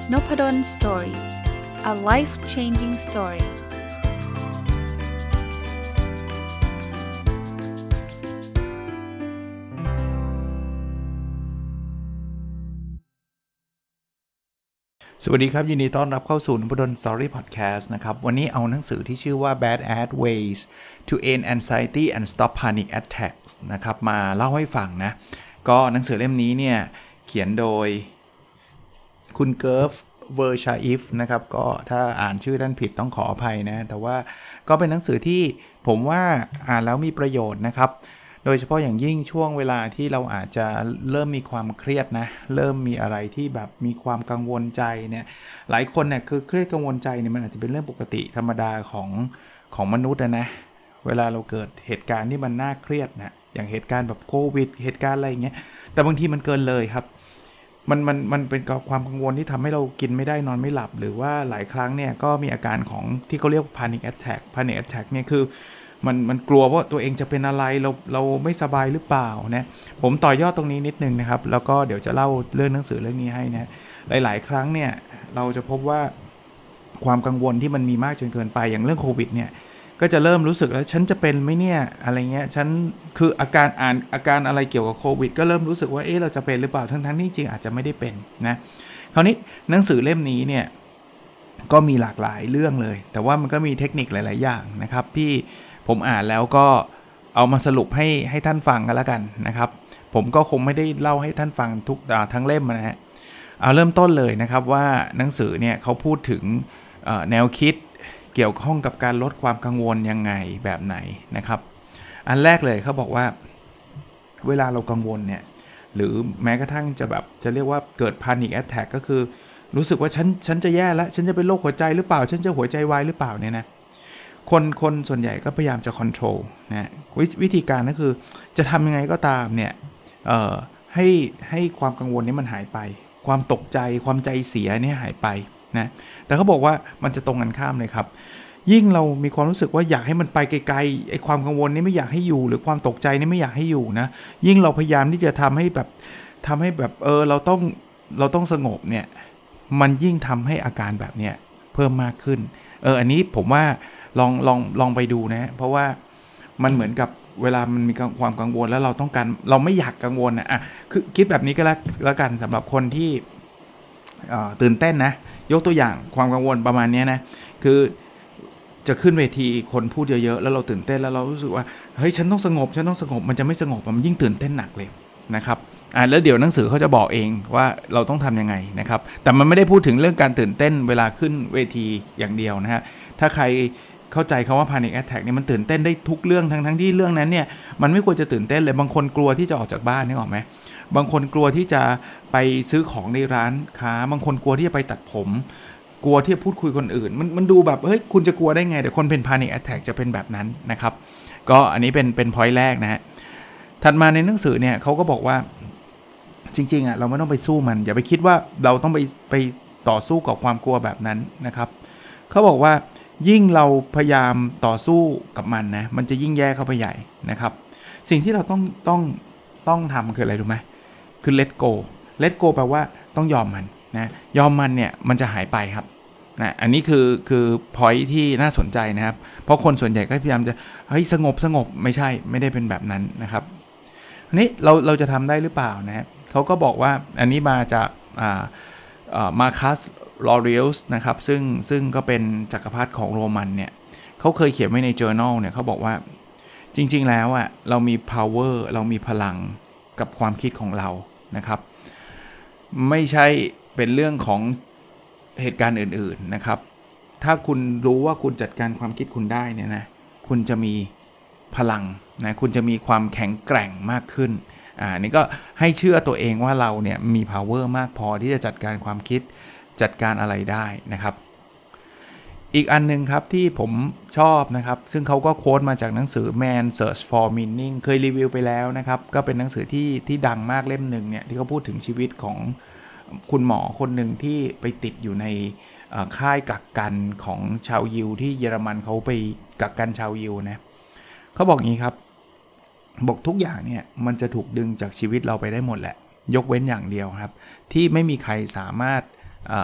Nopadon Story. A life-changing story. สวัสดีครับยินดีต้อนรับเข้าสู่ Nopadon Story Podcast นะครับวันนี้เอาหนังสือที่ชื่อว่า Badass Ways to End Anxiety and Stop Panic Attacks นะครับมาเล่าให้ฟังนะก็หนังสือเล่มนี้เนี่ยเขียนโดยคุณเกิร์ฟเวอร์ชาอิฟนะครับก็ถ้าอ่านชื่อท่านผิดต้องขออภัยนะแต่ว่าก็เป็นหนังสือที่ผมว่าอ่านแล้วมีประโยชน์นะครับโดยเฉพาะอย่างยิ่งช่วงเวลาที่เราอาจจะเริ่มมีความเครียดนะเริ่มมีอะไรที่แบบมีความกังวลใจเนี่ยหลายคนเนี่ยคือเครียดกังวลใจเนี่ยมันอาจจะเป็นเรื่องปกติธรรมดาของมนุษย์นะเวลาเราเกิดเหตุการณ์ที่มันน่าเครียดนะอย่างเหตุการณ์แบบโควิดเหตุการณ์อะไรอย่างเงี้ยแต่บางทีมันเกินเลยครับมันเป็นความกังวลที่ทำให้เรากินไม่ได้นอนไม่หลับหรือว่าหลายครั้งเนี่ยก็มีอาการของที่เขาเรียก panic attack เนี่ยคือมันกลัวว่าตัวเองจะเป็นอะไรเราไม่สบายหรือเปล่านะผมต่อยอดตรงนี้นิดนึงนะครับแล้วก็เดี๋ยวจะเล่าเรื่องหนังสือเรื่องนี้ให้นะหลายๆครั้งเนี่ยเราจะพบว่าความกังวลที่มันมีมากจนเกินไปอย่างเรื่องโควิดเนี่ยก็จะเริ่มรู้สึกแล้วฉันจะเป็นไหมเนี่ยอะไรเงี้ยฉันคืออาการอะไรเกี่ยวกับโควิดก็เริ่มรู้สึกว่าเราจะเป็นหรือเปล่าทั้งที่จริงอาจจะไม่ได้เป็นนะคราวนี้หนังสือเล่มนี้เนี่ยก็มีหลากหลายเรื่องเลยแต่ว่ามันก็มีเทคนิคหลายๆอย่างนะครับที่ผมอ่านแล้วก็เอามาสรุปให้ท่านฟังกันแล้วกันนะครับผมก็คงไม่ได้เล่าให้ท่านฟังทุกทั้งเล่มนะฮะเอาเริ่มต้นเลยนะครับว่าหนังสือเนี่ยเขาพูดถึงแนวคิดเกี่ยวข้องกับการลดความกังวลยังไงแบบไหนนะครับอันแรกเลยเขาบอกว่าเวลาเรากังวลเนี่ยหรือแม้กระทั่งจะแบบจะเรียกว่าเกิด panic attack ก็คือรู้สึกว่าฉันจะแย่แล้วฉันจะเป็นโรคหัวใจหรือเปล่าฉันจะหัวใจวายหรือเปล่าเนี่ยนะคนส่วนใหญ่ก็พยายามจะ control นะวิธีการก็คือจะทำยังไงก็ตามเนี่ยให้ความกังวลนี้มันหายไปความตกใจความใจเสียเนี่ยหายไปนะแต่เขาบอกว่ามันจะตรงกันข้ามเลยครับยิ่งเรามีความรู้สึกว่าอยากให้มันไปไกลๆไอ้ความกังวลนี้ไม่อยากให้อยู่หรือความตกใจนี่ไม่อยากให้อยู่นะยิ่งเราพยายามที่จะทำให้แบบเราต้องสงบเนี่ยมันยิ่งทำให้อาการแบบเนี้ยเพิ่มมากขึ้นอันนี้ผมว่าลองไปดูนะเพราะว่ามันเหมือนกับเวลามันมีความกังวลแล้วเราไม่อยากกังวลนะคือคิดแบบนี้ก็แล้วกันสำหรับคนที่ตื่นเต้นนะยกตัวอย่างความกังวลประมาณนี้นะคือจะขึ้นเวทีคนพูดเยอะๆแล้วเราตื่นเต้นแล้วเรารู้สึกว่าเฮ้ยฉันต้องสงบมันจะไม่สงบมันยิ่งตื่นเต้นหนักเลยนะครับแล้วเดี๋ยวหนังสือเขาจะบอกเองว่าเราต้องทำยังไงนะครับแต่มันไม่ได้พูดถึงเรื่องการตื่นเต้นเวลาขึ้นเวทีอย่างเดียวนะฮะถ้าใครเข้าใจคำว่า panic attack เนี่ยมันตื่นเต้นได้ทุกเรื่องทั้งที่เรื่องนั้นเนี่ยมันไม่ควรจะตื่นเต้นเลยบางคนกลัวที่จะออกจากบ้านนึกออกไหมบางคนกลัวที่จะไปซื้อของในร้านค้าบางคนกลัวที่จะไปตัดผมกลัวที่จะพูดคุยคนอื่นมันดูแบบเฮ้ยคุณจะกลัวได้ไงแต่คนเป็น panic attack จะเป็นแบบนั้นนะครับก็อันนี้เป็น point แรกนะฮะถัดมาในหนังสือเนี่ยเขาก็บอกว่าจริงๆเราไม่ต้องไปสู้มันอย่าไปคิดว่าเราต้องไปต่อสู้กับความกลัวแบบนั้นนะครับเขาบอกว่ายิ่งเราพยายามต่อสู้กับมันนะมันจะยิ่งแย่เข้าไปใหญ่นะครับสิ่งที่เราต้องทำคืออะไรรู้ไหมคือ let go แปลว่าต้องยอมมันนะยอมมันเนี่ยมันจะหายไปครับนะอันนี้คือ point ที่น่าสนใจนะครับเพราะคนส่วนใหญ่ก็พยายามจะเฮ้ยสงบไม่ได้เป็นแบบนั้นนะครับอันนี้เราจะทำได้หรือเปล่านะเขาก็บอกว่าอันนี้มาจากมาคัสลอเรียลส์นะครับซึ่งก็เป็นจักรพรรดิของโรมันเนี่ยเขาเคยเขียนไว้ใน journal เนี่ยเขาบอกว่าจริงๆแล้วเรามี power เรามีพลังกับความคิดของเรานะครับไม่ใช่เป็นเรื่องของเหตุการณ์อื่นๆนะครับถ้าคุณรู้ว่าคุณจัดการความคิดคุณได้เนี่ยนะคุณจะมีพลังนะคุณจะมีความแข็งแกร่งมากขึ้นนี่ก็ให้เชื่อตัวเองว่าเราเนี่ยมี power มากพอที่จะจัดการความคิดจัดการอะไรได้นะครับอีกอันนึงครับที่ผมชอบนะครับซึ่งเขาก็โค้ดมาจากหนังสือ Man Search for Meaning เคยรีวิวไปแล้วนะครับก็เป็นหนังสือที่ดังมากเล่มหนึ่งเนี่ยที่เขาพูดถึงชีวิตของคุณหมอคนหนึ่งที่ไปติดอยู่ในค่ายกักกันของชาวยิวที่เยอรมันเขาไปกักกันชาวยิวนะเขาบอกงี้ครับบอกทุกอย่างเนี่ยมันจะถูกดึงจากชีวิตเราไปได้หมดแหละยกเว้นอย่างเดียวครับที่ไม่มีใครสามารถ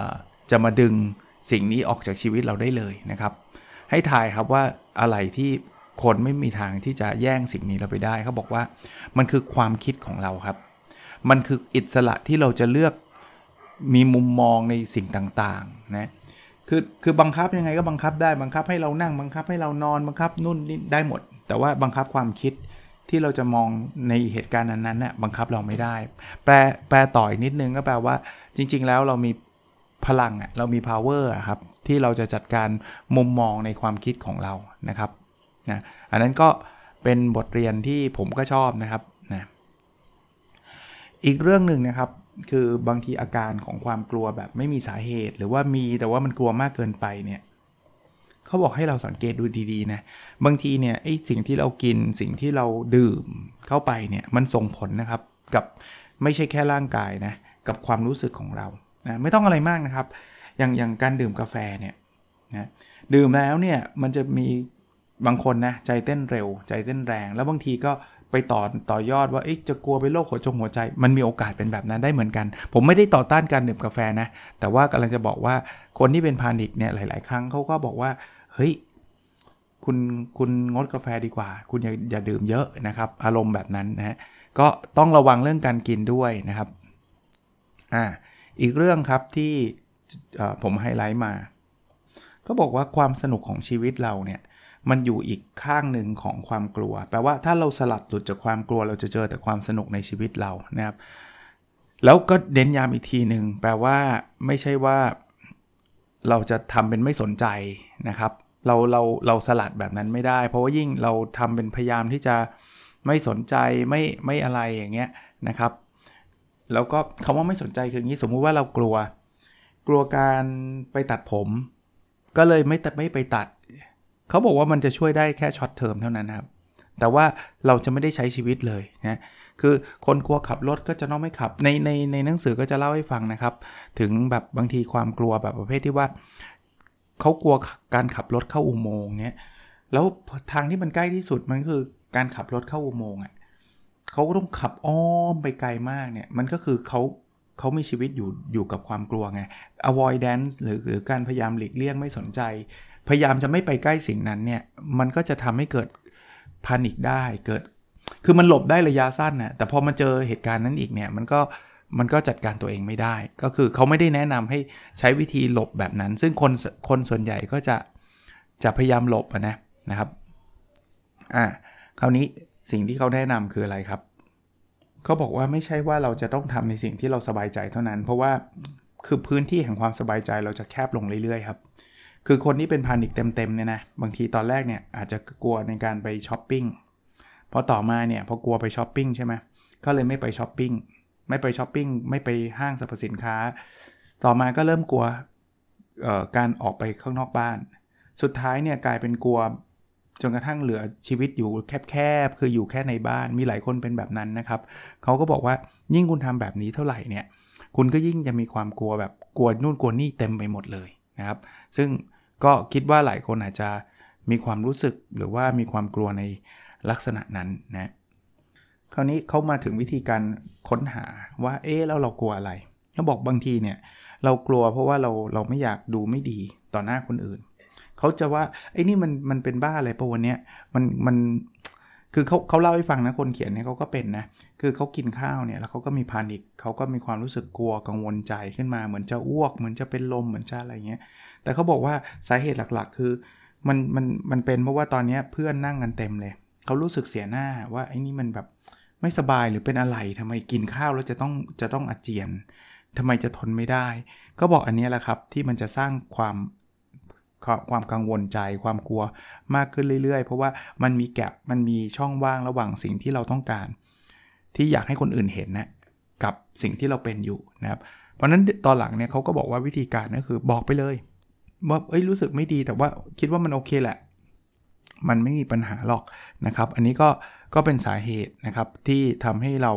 จะมาดึงสิ่งนี้ออกจากชีวิตเราได้เลยนะครับให้ทายครับว่าอะไรที่คนไม่มีทางที่จะแย่งสิ่งนี้เราไปได้เขาบอกว่ามันคือความคิดของเราครับมันคืออิสระที่เราจะเลือกมีมุมมองในสิ่งต่างๆนะคือบังคับยังไงก็บังคับได้บังคับให้เรานั่งบังคับให้เรานอนบังคับนู่นนี่ได้หมดแต่ว่าบังคับความคิดที่เราจะมองในเหตุการณ์นั้นๆน่ะบังคับเราไม่ได้แปลต่ออีกนิดนึงก็แปลว่าจริงๆแล้วเรามีพลังเรามี power ครับที่เราจะจัดการมุมมองในความคิดของเรานะครับนะอันนั้นก็เป็นบทเรียนที่ผมก็ชอบนะครับนะอีกเรื่องหนึ่งนะครับคือบางทีอาการของความกลัวแบบไม่มีสาเหตุหรือว่ามีแต่ว่ามันกลัวมากเกินไปเนี่ยเขาบอกให้เราสังเกตดูดีๆนะบางทีเนี่ยไอ้สิ่งที่เรากินสิ่งที่เราดื่มเข้าไปเนี่ยมันส่งผลนะครับกับไม่ใช่แค่ร่างกายนะกับความรู้สึกของเรานะไม่ต้องอะไรมากนะครับอย่างการดื่มกาแฟเนี่ยนะดื่มแล้วเนี่ยมันจะมีบางคนนะใจเต้นเร็วใจเต้นแรงแล้วบางทีก็ไปต่อยอดว่าจะกลัวเป็นโรคหัวใจมันมีโอกาสเป็นแบบนั้นได้เหมือนกันผมไม่ได้ต่อต้านการดื่มกาแฟนะแต่ว่ากำลังจะบอกว่าคนที่เป็นพานิคเนี่ยหลายๆครั้งเขาก็บอกว่าเฮ้ยคุณงดกาแฟดีกว่าคุณอย่าดื่มเยอะนะครับอารมณ์แบบนั้นนะก็ต้องระวังเรื่องการกินด้วยนะครับอีกเรื่องครับที่ผมไฮไลท์มาก็บอกว่าความสนุกของชีวิตเราเนี่ยมันอยู่อีกข้างหนึ่งของความกลัวแปลว่าถ้าเราสลัดหลุดจากความกลัวเราจะเจอแต่ความสนุกในชีวิตเรานะครับแล้วก็เน้นย้ำอีกทีนึงแปลว่าไม่ใช่ว่าเราจะทำเป็นไม่สนใจนะครับเราสลัดแบบนั้นไม่ได้เพราะว่ายิ่งเราทำเป็นพยายามที่จะไม่สนใจไม่อะไรอย่างเงี้ยนะครับแล้วก็คำว่าไม่สนใจคืออย่างนี้สมมุติว่าเรากลัวการไปตัดผมก็เลยไม่ไปตัดเขาบอกว่ามันจะช่วยได้แค่ช็อตเทอมเท่านั้นครับแต่ว่าเราจะไม่ได้ใช้ชีวิตเลยนะคือคนกลัวขับรถก็จะต้องไม่ขับในหนังสือก็จะเล่าให้ฟังนะครับถึงแบบบางทีความกลัวแบบประเภทที่ว่าเขากลัวการขับรถเข้าอุโมงค์เนี้ยแล้วทางที่มันใกล้ที่สุดมันคือการขับรถเข้าอุโมงค์เขาก็ต้องขับอ้อมไปไกลมากเนี่ยมันก็คือเขามีชีวิตอยู่กับความกลัวไง avoidance หรือการพยายามหลีกเลี่ยงไม่สนใจพยายามจะไม่ไปใกล้สิ่งนั้นเนี่ยมันก็จะทำให้เกิดพานิคได้คือมันหลบได้ระยะสั้นนะแต่พอมาเจอเหตุการณ์นั้นอีกเนี่ยมันก็จัดการตัวเองไม่ได้ก็คือเขาไม่ได้แนะนำให้ใช้วิธีหลบแบบนั้นซึ่งคนส่วนใหญ่ก็จะพยายามหลบนะครับคราวนี้สิ่งที่เขาแนะนำคืออะไรครับเขาบอกว่าไม่ใช่ว่าเราจะต้องทำในสิ่งที่เราสบายใจเท่านั้นเพราะว่าคือพื้นที่แห่งความสบายใจเราจะแคบลงเรื่อยๆครับคือคนที่เป็นพานิคเต็มๆเนี่ยนะบางทีตอนแรกเนี่ยอาจจะกลัวในการไปช้อปปิ้งพอต่อมาเนี่ยพอกลัวไปช้อปปิ้งใช่ไหมก็เลยไม่ไปช้อปปิ้งไม่ไปห้างสรรพสินค้าต่อมาก็เริ่มกลัวการออกไปข้างนอกบ้านสุดท้ายเนี่ยกลายเป็นกลัวจนกระทั่งเหลือชีวิตอยู่แคบๆคืออยู่แค่ในบ้านมีหลายคนเป็นแบบนั้นนะครับเขาก็บอกว่ายิ่งคุณทำแบบนี้เท่าไหร่เนี่ยคุณก็ยิ่งจะมีความกลัวแบบกลัวนู่นกลัวนี่เต็มไปหมดเลยนะครับซึ่งก็คิดว่าหลายคนอาจจะมีความรู้สึกหรือว่ามีความกลัวในลักษณะนั้นนะคราวนี้เขามาถึงวิธีการค้นหาว่าแล้วเรากลัวอะไรเขาบอกบางทีเนี่ยเรากลัวเพราะว่าเราไม่อยากดูไม่ดีต่อหน้าคนอื่นเขาจะว่านี่มันเป็นบ้าอะไรป่ะวันเนี้ยมันคือเขาเล่าให้ฟังนะคนเขียนเนี่ยเขาก็เป็นนะคือเขากินข้าวเนี่ยแล้วเขาก็มีพานิคเขาก็มีความรู้สึกกลัวกังวลใจขึ้นมาเหมือนจะอ้วกเหมือนจะเป็นลมเหมือนจะอะไรเงี้ยแต่เขาบอกว่าสาเหตุหลักๆคือมันเป็นเพราะว่าตอนนี้เพื่อนนั่งกันเต็มเลยเขารู้สึกเสียหน้าว่านี่มันแบบไม่สบายหรือเป็นอะไรทำไมกินข้าวแล้วจะต้องอาเจียนทำไมจะทนไม่ได้ก็บอกอันนี้แหละครับที่มันจะสร้างความกังวลใจความกลัวมากขึ้นเรื่อยๆเพราะว่ามันมีแกปมันมีช่องว่างระหว่างสิ่งที่เราต้องการที่อยากให้คนอื่นเห็นนะกับสิ่งที่เราเป็นอยู่นะครับเพราะนั้นตอนหลังเนี่ยเขาก็บอกว่าวิธีการก็คือบอกไปเลยว่ารู้สึกไม่ดีแต่ว่าคิดว่ามันโอเคแหละมันไม่มีปัญหาหรอกนะครับอันนี้ก็เป็นสาเหตุนะครับที่ทำให้เรา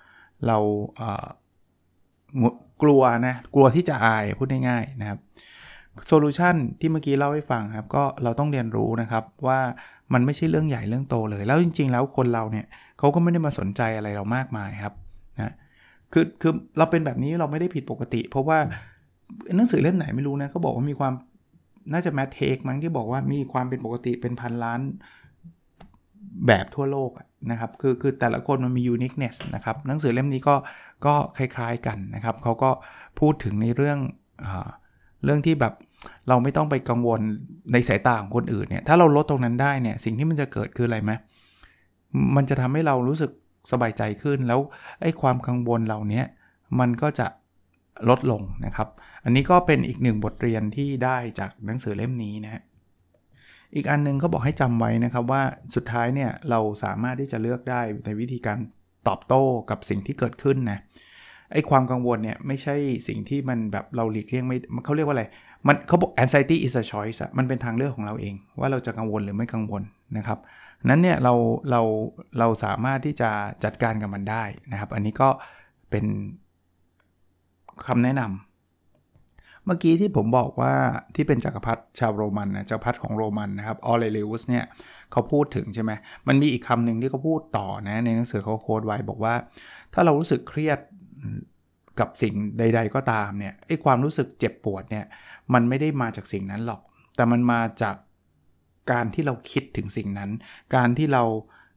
กลัวที่จะอายพูดง่ายๆนะครับโซลูชันที่เมื่อกี้เล่าให้ฟังครับก็เราต้องเรียนรู้นะครับว่ามันไม่ใช่เรื่องใหญ่เรื่องโตเลยแล้วจริงๆแล้วคนเราเนี่ยเขาก็ไม่ได้มาสนใจอะไรเรามากมายครับนะคือเราเป็นแบบนี้เราไม่ได้ผิดปกติเพราะว่าหนังสือเล่มไหนไม่รู้นะเขาบอกว่ามีความน่าจะแมทเทคมั้งที่บอกว่ามีความเป็นปกติเป็นพันล้านแบบทั่วโลกนะครับคือแต่ละคนมันมี uniqueness นะครับหนังสือเล่มนี้ก็คล้ายๆกันนะครับเขาก็พูดถึงในเรื่องที่แบบเราไม่ต้องไปกังวลในสายตาของคนอื่นเนี่ยถ้าเราลดตรงนั้นได้เนี่ยสิ่งที่มันจะเกิดคืออะไรไหมมันจะทำให้เรารู้สึกสบายใจขึ้นแล้วไอ้ความกังวลเหล่านี้มันก็จะลดลงนะครับอันนี้ก็เป็นอีกหนึ่งบทเรียนที่ได้จากหนังสือเล่มนี้นะฮะอีกอันนึงเขาบอกให้จำไว้นะครับว่าสุดท้ายเนี่ยเราสามารถที่จะเลือกได้ในวิธีการตอบโต้กับสิ่งที่เกิดขึ้นนะไอ้ความกังวลเนี่ยไม่ใช่สิ่งที่มันแบบเราหลีกเลี่ยงไม่เขาเรียกว่าอะไรมันเขาบอก anxiety is a choice มันเป็นทางเลือกของเราเองว่าเราจะกังวลหรือไม่กังวลนะครับนั้นเนี่ยเราสามารถที่จะจัดการกับมันได้นะครับอันนี้ก็เป็นคำแนะนำเมื่อกี้ที่ผมบอกว่าที่เป็นจักรพรรดิชาวโรมันนะจักรพรรดิของโรมันนะครับออเรเลียสเนี่ยเขาพูดถึงใช่ไหมมันมีอีกคำหนึ่งที่เขาพูดต่อนะในหนังสือเขาโค้ดไว้บอกว่าถ้าเรารู้สึกเครียดกับสิ่งใดๆก็ตามเนี่ยไอ้ความรู้สึกเจ็บปวดเนี่ยมันไม่ได้มาจากสิ่งนั้นหรอกแต่มันมาจากการที่เราคิดถึงสิ่งนั้นการที่เรา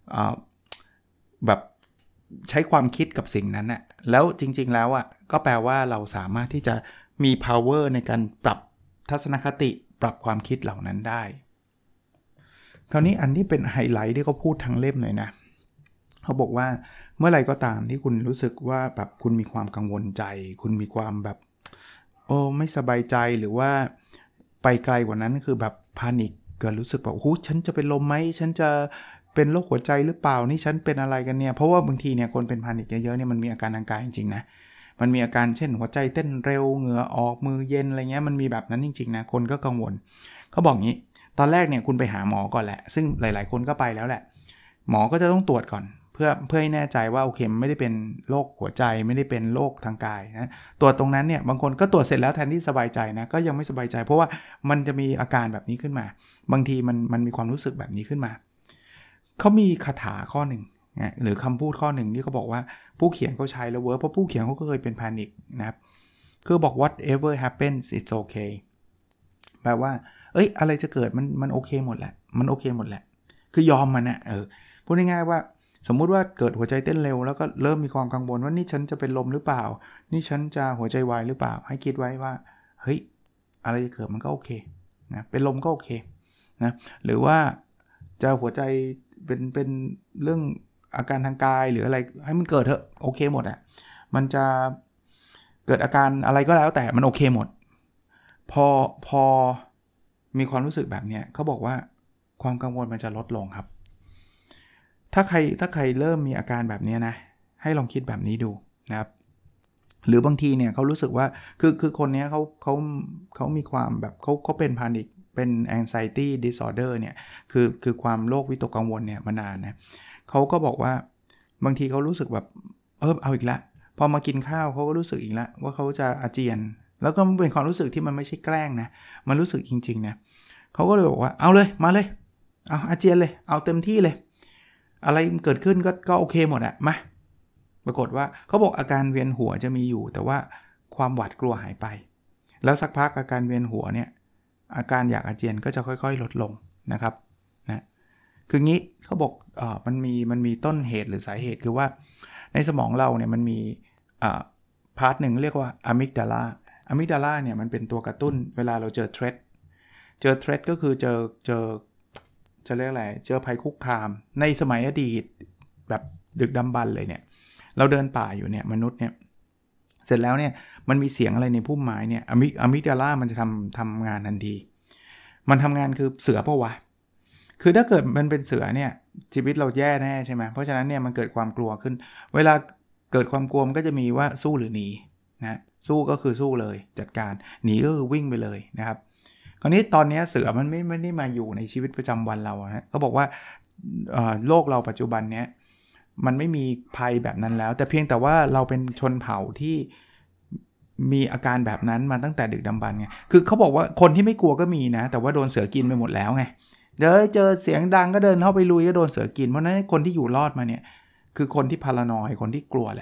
แบบใช้ความคิดกับสิ่งนั้นน่ะแล้วจริงๆแล้วอ่ะก็แปลว่าเราสามารถที่จะมี power ในการปรับทัศนคติปรับความคิดเหล่านั้นได้คราวนี้อันที่เป็นไฮไลท์ที่เขาพูดทั้งเล่มหน่อยนะเขาบอกว่าเมื่อไหร่ก็ตามที่คุณรู้สึกว่าแบบคุณมีความกังวลใจคุณมีความแบบไม่สบายใจหรือว่าไปไกลกว่านั้นคือแบบพานิคเกิดรู้สึกแบบโอ้ฉันจะเป็นลมไหมฉันจะเป็นโรคหัวใจหรือเปล่านี่ฉันเป็นอะไรกันเนี่ยเพราะว่าบางทีเนี่ยคนเป็นพานิคเยอะๆเนี่ยมันมีอาการทางกายจริงๆนะมันมีอาการเช่นหัวใจเต้นเร็วเหงื่อออกมือเย็นอะไรเงี้ยมันมีแบบนั้นจริงๆนะคนก็กังวลเขาบอกงี้ตอนแรกเนี่ยคุณไปหาหมอก่อนแหละซึ่งหลายๆคนก็ไปแล้วแหละหมอก็จะต้องตรวจก่อนเพื่อให้แน่ใจว่าโอเคมันไม่ได้เป็นโรคหัวใจไม่ได้เป็นโรคทางกายนะตรวจตรงนั้นเนี่ยบางคนก็ตรวจเสร็จแล้วแทนที่สบายใจนะก็ยังไม่สบายใจเพราะว่ามันจะมีอาการแบบนี้ขึ้นมาบางทีมันมีความรู้สึกแบบนี้ขึ้นมาเขามีคาถาข้อหนึ่งนะหรือคำพูดข้อหนึ่งที่เขาบอกว่าผู้เขียนเขาใช้แล้วเวิร์คเพราะผู้เขียนเขาก็เคยเป็นแพนิคนะครับคือบอก whatever happens it's okay แปลว่าอะไรจะเกิดมันโอเคหมดแหละมันโอเคหมดแหละคือยอมมันนะพูดง่ายๆว่าสมมุติว่าเกิดหัวใจเต้นเร็วแล้วก็เริ่มมีความกังวลว่านี่ฉันจะเป็นลมหรือเปล่านี่ฉันจะหัวใจวายหรือเปล่าให้คิดไว้ว่าเฮ้ยอะไรจะเกิดมันก็โอเคนะเป็นลมก็โอเคนะหรือว่าจะหัวใจเป็นเรื่องอาการทางกายหรืออะไรให้มันเกิดเถอะโอเคหมดมันจะเกิดอาการอะไรก็แล้วแต่มันโอเคหมดพอมีความรู้สึกแบบนี้เขาบอกว่าความกังวลมันจะลดลงครับถ้าใครเริ่มมีอาการแบบนี้นะให้ลองคิดแบบนี้ดูนะครับหรือบางทีเนี่ยเขารู้สึกว่าคือคนนี้เขามีความแบบเขาเป็นพานิคเป็น anxiety disorder เนี่ยคือความโรควิตกกังวลเนี่ยมานานนะเขาก็บอกว่าบางทีเขารู้สึกแบบเอาอีกละพอมากินข้าวเขาก็รู้สึกอีกละว่าเขาจะอาเจียนแล้วก็เป็นความรู้สึกที่มันไม่ใช่แกล้งนะมันรู้สึกจริงๆนะเขาก็เลยบอกว่าเอาเลยมาเลยเอาอาเจียนเลยเอาเต็มที่เลยอะไรเกิดขึ้นก็โอเคหมดมาปรากฏว่าเขาบอกอาการเวียนหัวจะมีอยู่แต่ว่าความหวาดกลัวหายไปแล้วสักพักอาการเวียนหัวเนี่ยอาการอยากอาเจียนก็จะค่อยๆลดลงนะครับนะคืองี้เขาบอกมันมีต้นเหตุหรือสาเหตุคือว่าในสมองเราเนี่ยมันมีพาร์ทหนึ่งเรียกว่าอะมิกดาลาเนี่ยมันเป็นตัวกระตุ้นเวลาเราเจอเทรดก็คือเจอจะเรียกอะไรเจอภัยคุกคามในสมัยอดีตแบบดึกดำบรรพ์เลยเนี่ยเราเดินป่าอยู่เนี่ยมนุษย์เนี่ยเสร็จแล้วเนี่ยมันมีเสียงอะไรในพุ่มไม้เนี่ยอะมิกดาลามันจะทำงานทันทีมันทำงานคือเสือปะวะคือถ้าเกิดมันเป็นเสือเนี่ยชีวิตเราแย่แน่ใช่ไหมเพราะฉะนั้นเนี่ยมันเกิดความกลัวขึ้นเวลาเกิดความกลัวมันก็จะมีว่าสู้หรือหนีนะสู้ก็คือสู้เลยจัดการหนีก็คือวิ่งไปเลยนะครับคราวนี้ตอนนี้เสือมันไม่ได้มาอยู่ในชีวิตประจำวันเรานะเขาบอกว่าโลกเราปัจจุบันเนี้ยมันไม่มีภัยแบบนั้นแล้วแต่เพียงแต่ว่าเราเป็นชนเผ่าที่มีอาการแบบนั้นมาตั้งแต่ดึกดำบรรพ์ไงคือเขาบอกว่าคนที่ไม่กลัวก็มีนะแต่ว่าโดนเสือกินไปหมดแล้วไงเดี๋ยวเจอเสียงดังก็เดินเข้าไปลุยก็โดนเสือกินเพราะนั้นคนที่อยู่รอดมาเนี่ยคือคนที่พารานอยคนที่กลัวแหละ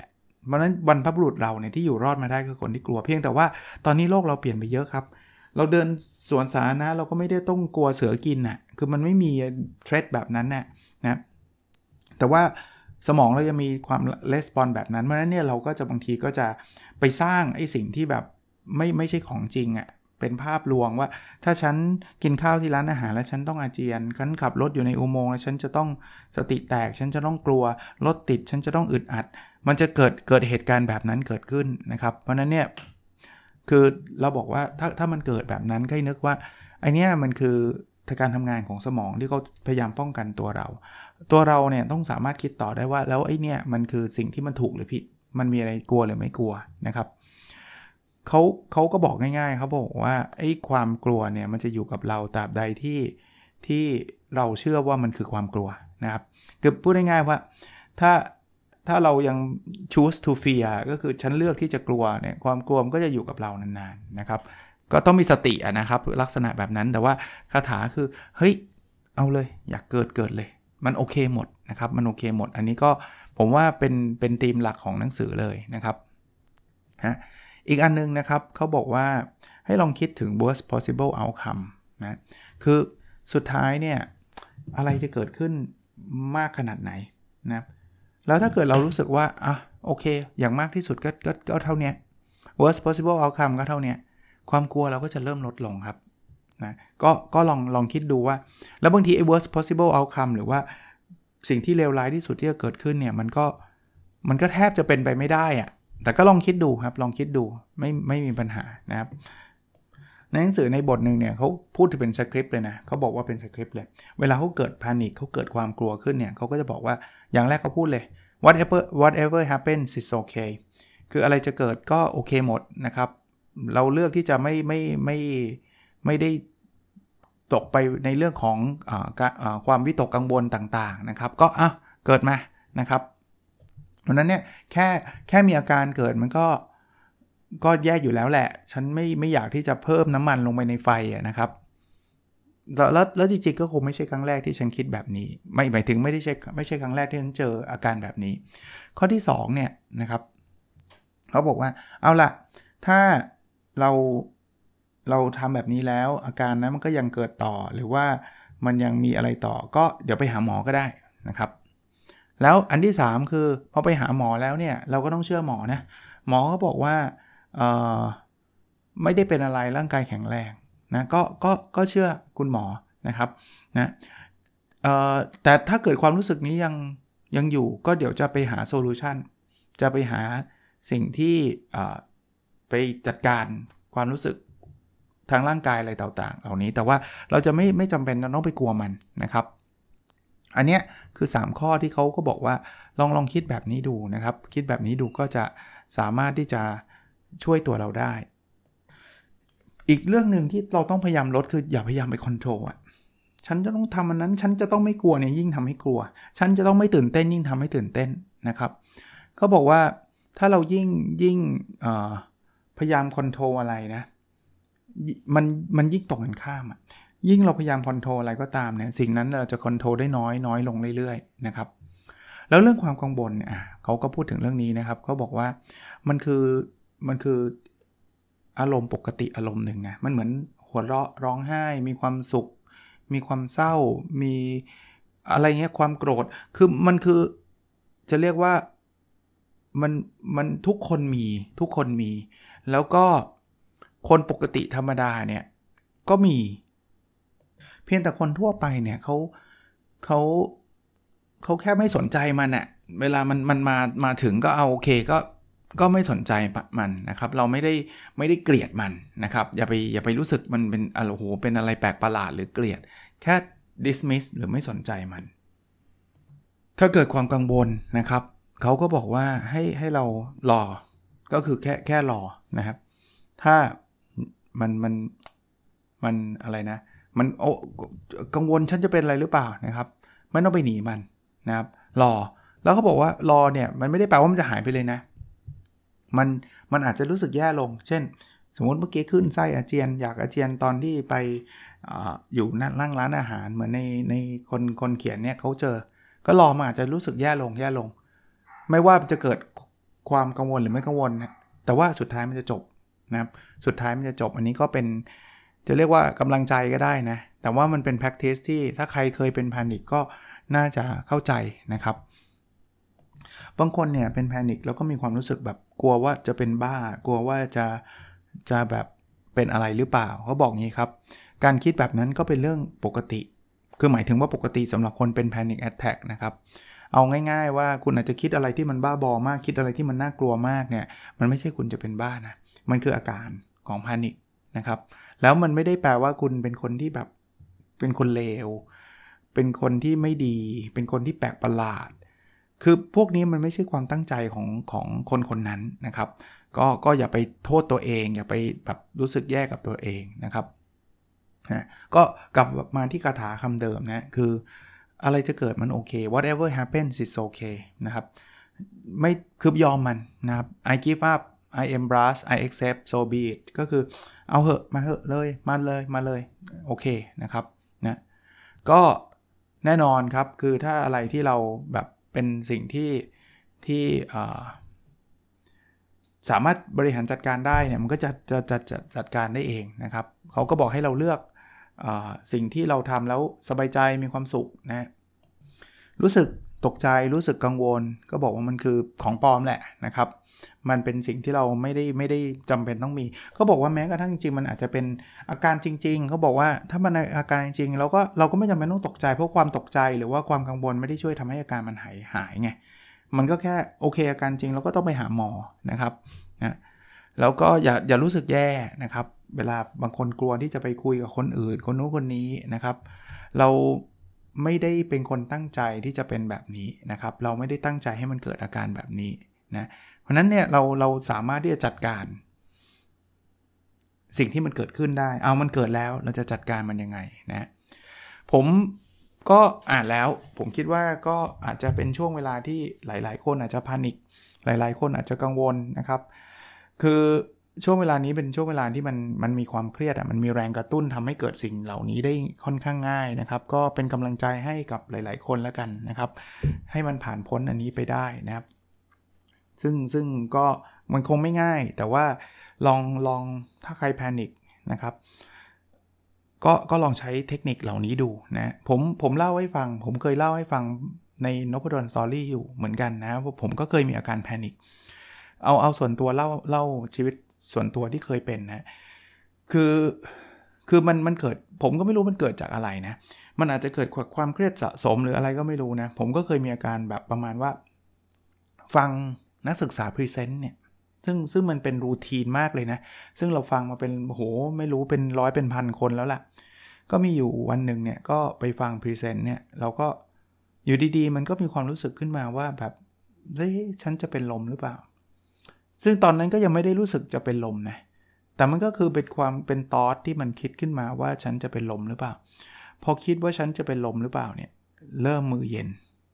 เพราะฉะนั้นบรรพบุรุษเราเนี่ยที่อยู่รอดมาได้คือคนที่กลัวเพียงแต่ว่าตอนนี้โลกเราเปลี่ยนไปเยอะครับเราเดินสวนสาธารณะเราก็ไม่ได้ต้องกลัวเสือกินน่ะคือมันไม่มีเทรดแบบนั้นน่ะนะแต่ว่าสมองเราจะมีความレスปอนแบบนั้นเพราะฉะนั้นเนี่ยเราก็จะบางทีก็จะไปสร้างไอ้สิ่งที่แบบไม่ใช่ของจริงอ่ะเป็นภาพลวงว่าถ้าฉันกินข้าวที่ร้านอาหารแล้วฉันต้องอาเจียนฉันขับรถอยู่ในอุโมงค์แล้วฉันจะต้องสติแตกฉันจะต้องกลัวรถติดฉันจะต้องอึดอัดมันจะเกิดเหตุการณ์แบบนั้นเกิดขึ้นนะครับเพราะนั้นเนี่ยคือเราบอกว่าถ้ามันเกิดแบบนั้นก็ให้นึกว่าไอเนี้ยมันคือการทำงานของสมองที่เขาพยายามป้องกันตัวเราเนี่ยต้องสามารถคิดต่อได้ว่าแล้วไอเนี้ยมันคือสิ่งที่มันถูกหรือผิดมันมีอะไรกลัวหรือไม่กลัวนะครับเขาก็บอกง่ายๆเขาบอกว่าไอ้ความกลัวเนี่ยมันจะอยู่กับเราตราบใดที่เราเชื่อว่ามันคือความกลัวนะครับคือพูดง่ายๆว่าถ้าเรายัง choose to fear ก็คือฉันเลือกที่จะกลัวเนี่ยความกลัวมันก็จะอยู่กับเรานานๆนะครับก็ต้องมีสตินะครับลักษณะแบบนั้นแต่ว่าคาถาคือเฮ้ยเอาเลยอยากเกิดเลยมันโอเคหมดนะครับมันโอเคหมดอันนี้ก็ผมว่าเป็นธีมหลักของหนังสือเลยนะครับอีกอันนึงนะครับเขาบอกว่าให้ลองคิดถึง worst possible outcome นะคือสุดท้ายเนี่ยอะไรจะเกิดขึ้นมากขนาดไหนนะแล้วถ้าเกิดเรารู้สึกว่าโอเคอย่างมากที่สุดก็เท่านี้ worst possible outcome ก็เท่านี้ความกลัวเราก็จะเริ่มลดลงครับนะก็ลองคิดดูว่าแล้วบางทีไอ้ worst possible outcome หรือว่าสิ่งที่เลวร้ายที่สุดที่จะเกิดขึ้นเนี่ยมันก็แทบจะเป็นไปไม่ได้อะแต่ก็ลองคิดดูครับลองคิดดูไม่มีปัญหานะครับในหนังสือในบทนึงเนี่ยเขาพูดถึงเป็นสคริปต์เลยนะเขาบอกว่าเป็นสคริปต์เลยเวลาเขาเกิดแพนิคเขาเกิดความกลัวขึ้นเนี่ยเขาก็จะบอกว่าอย่างแรกเขาพูดเลย whatever happens is okay คืออะไรจะเกิดก็โอเคหมดนะครับเราเลือกที่จะไม่ได้ตกไปในเรื่องของความวิตกกังวลต่างๆนะครับก็เกิดมานะครับเพราะนั้นเนี่ยแค่มีอาการเกิดมันก็แย่อยู่แล้วแหละฉันไม่อยากที่จะเพิ่มน้ำมันลงไปในไฟนะครับแล้วจริงๆก็คงไม่ใช่ครั้งแรกที่ฉันคิดแบบนี้หมายถึงไม่ใช่ครั้งแรกที่ฉันเจออาการแบบนี้ข้อที่2เนี่ยนะครับเขาบอกว่าเอาล่ะถ้าเราทำแบบนี้แล้วอาการนั้นมันก็ยังเกิดต่อหรือว่ามันยังมีอะไรต่อก็เดี๋ยวไปหาหมอก็ได้นะครับแล้วอันที่3คือพอไปหาหมอแล้วเนี่ยเราก็ต้องเชื่อหมอนะหมอก็บอกว่าไม่ได้เป็นอะไรร่างกายแข็งแรงนะก็เชื่อคุณหมอนะครับนะแต่ถ้าเกิดความรู้สึกนี้ยังอยู่ก็เดี๋ยวจะไปหาโซลูชันจะไปหาสิ่งที่ไปจัดการความรู้สึกทางร่างกายอะไรต่างๆเหล่านี้แต่ว่าเราจะไม่จำเป็นต้องไปกลัวมันนะครับอันเนี้ยคือ3ข้อที่เขาก็บอกว่าลองคิดแบบนี้ดูนะครับคิดแบบนี้ดูก็จะสามารถที่จะช่วยตัวเราได้อีกเรื่องนึงที่เราต้องพยายามลดคืออย่าพยายามไปคอนโทรลฉันจะต้องทำอันนั้นฉันจะต้องไม่กลัวเนี่ยยิ่งทำให้กลัวฉันจะต้องไม่ตื่นเต้นยิ่งทำให้ตื่นเต้นนะครับเขาบอกว่าถ้าเรายิ่งพยายามคอนโทรลอะไรนะมันยิ่งตรงกันข้ามยิ่งเราพยายามคอนโทรลอะไรก็ตามเนี่ยสิ่งนั้นเราจะคอนโทรลได้น้อยลงเรื่อยๆนะครับแล้วเรื่องความกังวลเขาก็พูดถึงเรื่องนี้นะครับเขาบอกว่ามันคืออารมณ์ปกติอารมณ์หนึ่งนะมันเหมือนหัวเราะร้องไห้มีความสุขมีความเศร้ามีอะไรเงี้ยความโกรธคือมันคือจะเรียกว่ามันทุกคนมีแล้วก็คนปกติธรรมดาเนี่ยก็มีเพียงแต่คนทั่วไปเนี่ยเขาแค่ไม่สนใจมันอะเวลามันมาถึงก็เอาโอเคก็ไม่สนใจมันนะครับเราไม่ได้เกลียดมันนะครับอย่าไปรู้สึกมันเป็นโอ้โหเป็นอะไรแปลกประหลาดหรือเกลียดแค่ dismiss หรือไม่สนใจมันถ้าเกิดความกังวลนะครับเขาก็บอกว่าให้เรารอก็คือแค่รอนะครับถ้ามันอะไรนะมันกังวลฉันจะเป็นอะไรหรือเปล่านะครับไม่ต้องไปหนีมันนะครับรอแล้วเขาบอกว่ารอเนี่ยมันไม่ได้แปลว่ามันจะหายไปเลยนะมันอาจจะรู้สึกแย่ลงเช่นสมมติเมื่อกี้ขึ้นไส้อาเจียนอยากอาเจียนตอนที่ไปอยู่นั่งร้านอาหารเหมือนในคนเขียนเนี่ยเขาเจอก็รอมาอาจจะรู้สึกแย่ลงไม่ว่าจะเกิดความกังวลหรือไม่กังวลนะแต่ว่าสุดท้ายมันจะจบนะครับสุดท้ายมันจะจบอันนี้ก็เป็นจะเรียกว่ากำลังใจก็ได้นะแต่ว่ามันเป็น practice ที่ถ้าใครเคยเป็นแพนิคก็น่าจะเข้าใจนะครับบางคนเนี่ยเป็นแพนิคแล้วก็มีความรู้สึกแบบกลัวว่าจะเป็นบ้ากลัวว่าจะแบบเป็นอะไรหรือเปล่าเขาบอกงี้ครับการคิดแบบนั้นก็เป็นเรื่องปกติคือหมายถึงว่าปกติสำหรับคนเป็น panic attack นะครับเอาง่ายๆว่าคุณอาจจะคิดอะไรที่มันบ้าบอมากคิดอะไรที่มันน่ากลัวมากเนี่ยมันไม่ใช่คุณจะเป็นบ้านะมันคืออาการของ panic นะครับแล้วมันไม่ได้แปลว่าคุณเป็นคนที่แบบเป็นคนเลวเป็นคนที่ไม่ดีเป็นคนที่แปลกประหลาดคือพวกนี้มันไม่ใช่ความตั้งใจของคนนั้นนะครับก็อย่าไปโทษตัวเองอย่าไปแบบรู้สึกแย่กับตัวเองนะครับก็กลับมาที่คาถาคำเดิมนะคืออะไรจะเกิดมันโอเค whatever happens is okay นะครับไม่คือยอมมันนะครับ I give up I embrace I accept so be it ก็คือเอาเหอะมาเหอะเลยมาเลยโอเคนะครับนะก็แน่นอนครับคือถ้าอะไรที่เราแบบเป็นสิ่งที่สามารถบริหารจัดการได้เนี่ยมันก็จะจัดการได้เองนะครับเขาก็บอกให้เราเลือกสิ่งที่เราทำแล้วสบายใจมีความสุขนะรู้สึกตกใจรู้สึกกังวลก็บอกว่ามันคือของปลอมแหละนะครับมันเป็นสิ่งที่เราไม่ได้จำเป็นต้องมีเขาบอกว่าแม้กระทั่งจริงมันอาจจะเป็นอาการจริงๆเขาบอกว่าถ้ามันอาการจริงๆเราก็ไม่จำเป็นต้องตกใจเพราะความตกใจหรือว่าความกังวลไม่ได้ช่วยทำให้อาการมันหายไงมันก็แค่โอเคอาการจริงเราก็ต้องไปหาหมอนะครับนะแล้วก็อย่ารู้สึกแย่นะครับเวลาบางคนกลัวที่จะไปคุยกับคนอื่นคนนู้นคนนี้นะครับเราไม่ได้เป็นคนตั้งใจที่จะเป็นแบบนี้นะครับเราไม่ได้ตั้งใจให้มันเกิดอาการแบบนี้นะเพราะนั้นเนี่ยเราสามารถที่จะจัดการสิ่งที่มันเกิดขึ้นได้เอามันเกิดแล้วเราจะจัดการมันยังไงนะผมก็อ่านแล้วผมคิดว่าก็อาจจะเป็นช่วงเวลาที่หลายๆคนอาจจะแพนิคหลายๆคนอาจจะกังวลนะครับคือช่วงเวลานี้เป็นช่วงเวลาที่มันมีความเครียดมันมีแรงกระตุ้นทำให้เกิดสิ่งเหล่านี้ได้ค่อนข้างง่ายนะครับก็เป็นกำลังใจให้กับหลายๆคนแล้วกันนะครับให้มันผ่านพ้นอันนี้ไปได้นะครับซึ่งก็มันคงไม่ง่ายแต่ว่าลองถ้าใครแพนิคนะครับก็ลองใช้เทคนิคเหล่านี้ดูนะผมเล่าให้ฟังผมเคยเล่าให้ฟังในนพดลสตอรี่อยู่เหมือนกันนะว่าผมก็เคยมีอาการแพนิคเอาส่วนตัวเล่าชีวิตส่วนตัวที่เคยเป็นนะคือมันเกิดผมก็ไม่รู้มันเกิดจากอะไรนะมันอาจจะเกิดความเครียดสะสมหรืออะไรก็ไม่รู้นะผมก็เคยมีอาการแบบประมาณว่าฟังนักศึกษาพรีเซนต์เนี่ยซึ่งมันเป็นรูทีนมากเลยนะซึ่งเราฟังมาเป็นโหไม่รู้เป็นร้อยเป็นพันคนแล้วล่ะก็มีอยู่วันหนึ่งเนี่ยก็ไปฟังพรีเซนต์เนี่ยเราก็อยู่ดีๆมันก็มีความรู้สึกขึ้นมาว่าแบบเฮ้ยฉันจะเป็นลมหรือเปล่าซึ่งตอนนั้นก็ยังไม่ได้รู้สึกจะเป็นลมนะแต่มันก็คือเป็นทอทที่มันคิดขึ้นมาว่าฉันจะเป็นลมหรือเปล่าพอคิดว่าฉันจะเป็นลมหรือเปล่าเนี่ยเริ่มมือเย็น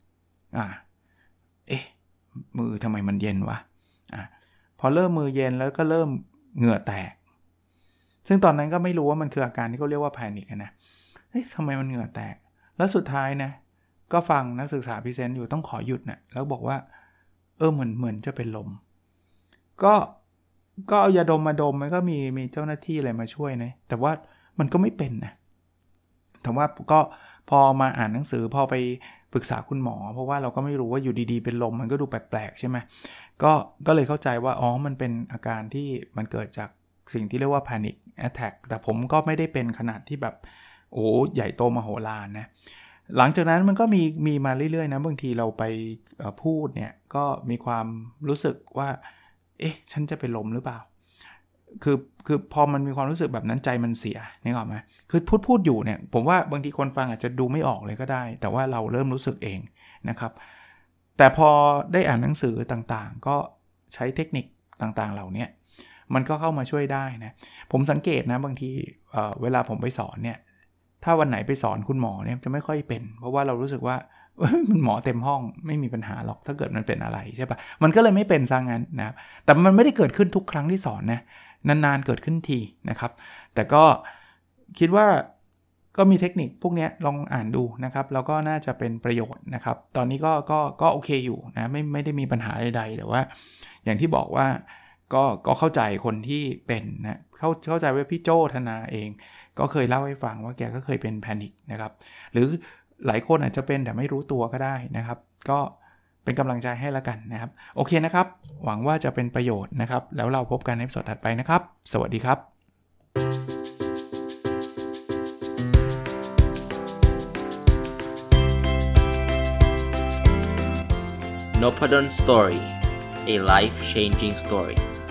มือทำไมมันเย็นวะพอเริ่มมือเย็นแล้วก็เริ่มเหงื่อแตกซึ่งตอนนั้นก็ไม่รู้ว่ามันคืออาการที่เขาเรียกว่าแพนิคนะทำไมมันเหงื่อแตกแล้วสุดท้ายนะก็ฟังนักศึกษาพรีเซนต์อยู่ต้องขอหยุดนะแล้วบอกว่าเหมือนจะเป็นลมก็เอายาดมมาดมมันก็มีเจ้าหน้าที่อะไรมาช่วยนะแต่ว่ามันก็ไม่เป็นนะแต่ว่าก็พอมาอ่านหนังสือพอไปปรึกษาคุณหมอเพราะว่าเราก็ไม่รู้ว่าอยู่ดีๆเป็นลมมันก็ดูแปลกๆใช่ไหมก็เลยเข้าใจว่ามันเป็นอาการที่มันเกิดจากสิ่งที่เรียกว่า panic attack แต่ผมก็ไม่ได้เป็นขนาดที่แบบใหญ่โตมโหฬารนะหลังจากนั้นมันก็มีมาเรื่อยๆนะบางทีเราไปพูดเนี่ยก็มีความรู้สึกว่าฉันจะเป็นลมหรือเปล่าคือพอมันมีความรู้สึกแบบนั้นใจมันเสียนึกออกไหมคือพูดอยู่เนี่ยผมว่าบางทีคนฟังอาจจะดูไม่ออกเลยก็ได้แต่ว่าเราเริ่มรู้สึกเองนะครับแต่พอได้อ่านหนังสือต่างๆก็ใช้เทคนิคต่างๆเหล่านี้มันก็เข้ามาช่วยได้นะผมสังเกตนะบางทีเวลาผมไปสอนเนี่ยถ้าวันไหนไปสอนคุณหมอเนี่ยจะไม่ค่อยเป็นเพราะว่าเรารู้สึกว่ามันหมอเต็มห้องไม่มีปัญหาหรอกถ้าเกิดมันเป็นอะไรใช่ปะมันก็เลยไม่เป็นซะงั้นนะแต่มันไม่ได้เกิดขึ้นทุกครั้งที่สอนนะนานๆเกิดขึ้นทีนะครับแต่ก็คิดว่าก็มีเทคนิคพวกนี้ลองอ่านดูนะครับแล้วก็น่าจะเป็นประโยชน์นะครับตอนนี้ก็โอเคอยู่นะไม่ได้มีปัญหาใดๆแต่ว่าอย่างที่บอกว่าก็เข้าใจคนที่เป็นนะเข้าใจว่าพี่โจ้ธนาเองก็เคยเล่าให้ฟังว่าแกก็เคยเป็นแพนิคนะครับหรือหลายคนอาจจะเป็นแต่ไม่รู้ตัวก็ได้นะครับก็เป็นกำลังใจให้แล้วกันนะครับโอเคนะครับหวังว่าจะเป็นประโยชน์นะครับแล้วเราพบกันในตอนถัดไปนะครับสวัสดีครับ Nopadon Story, a life-changing story.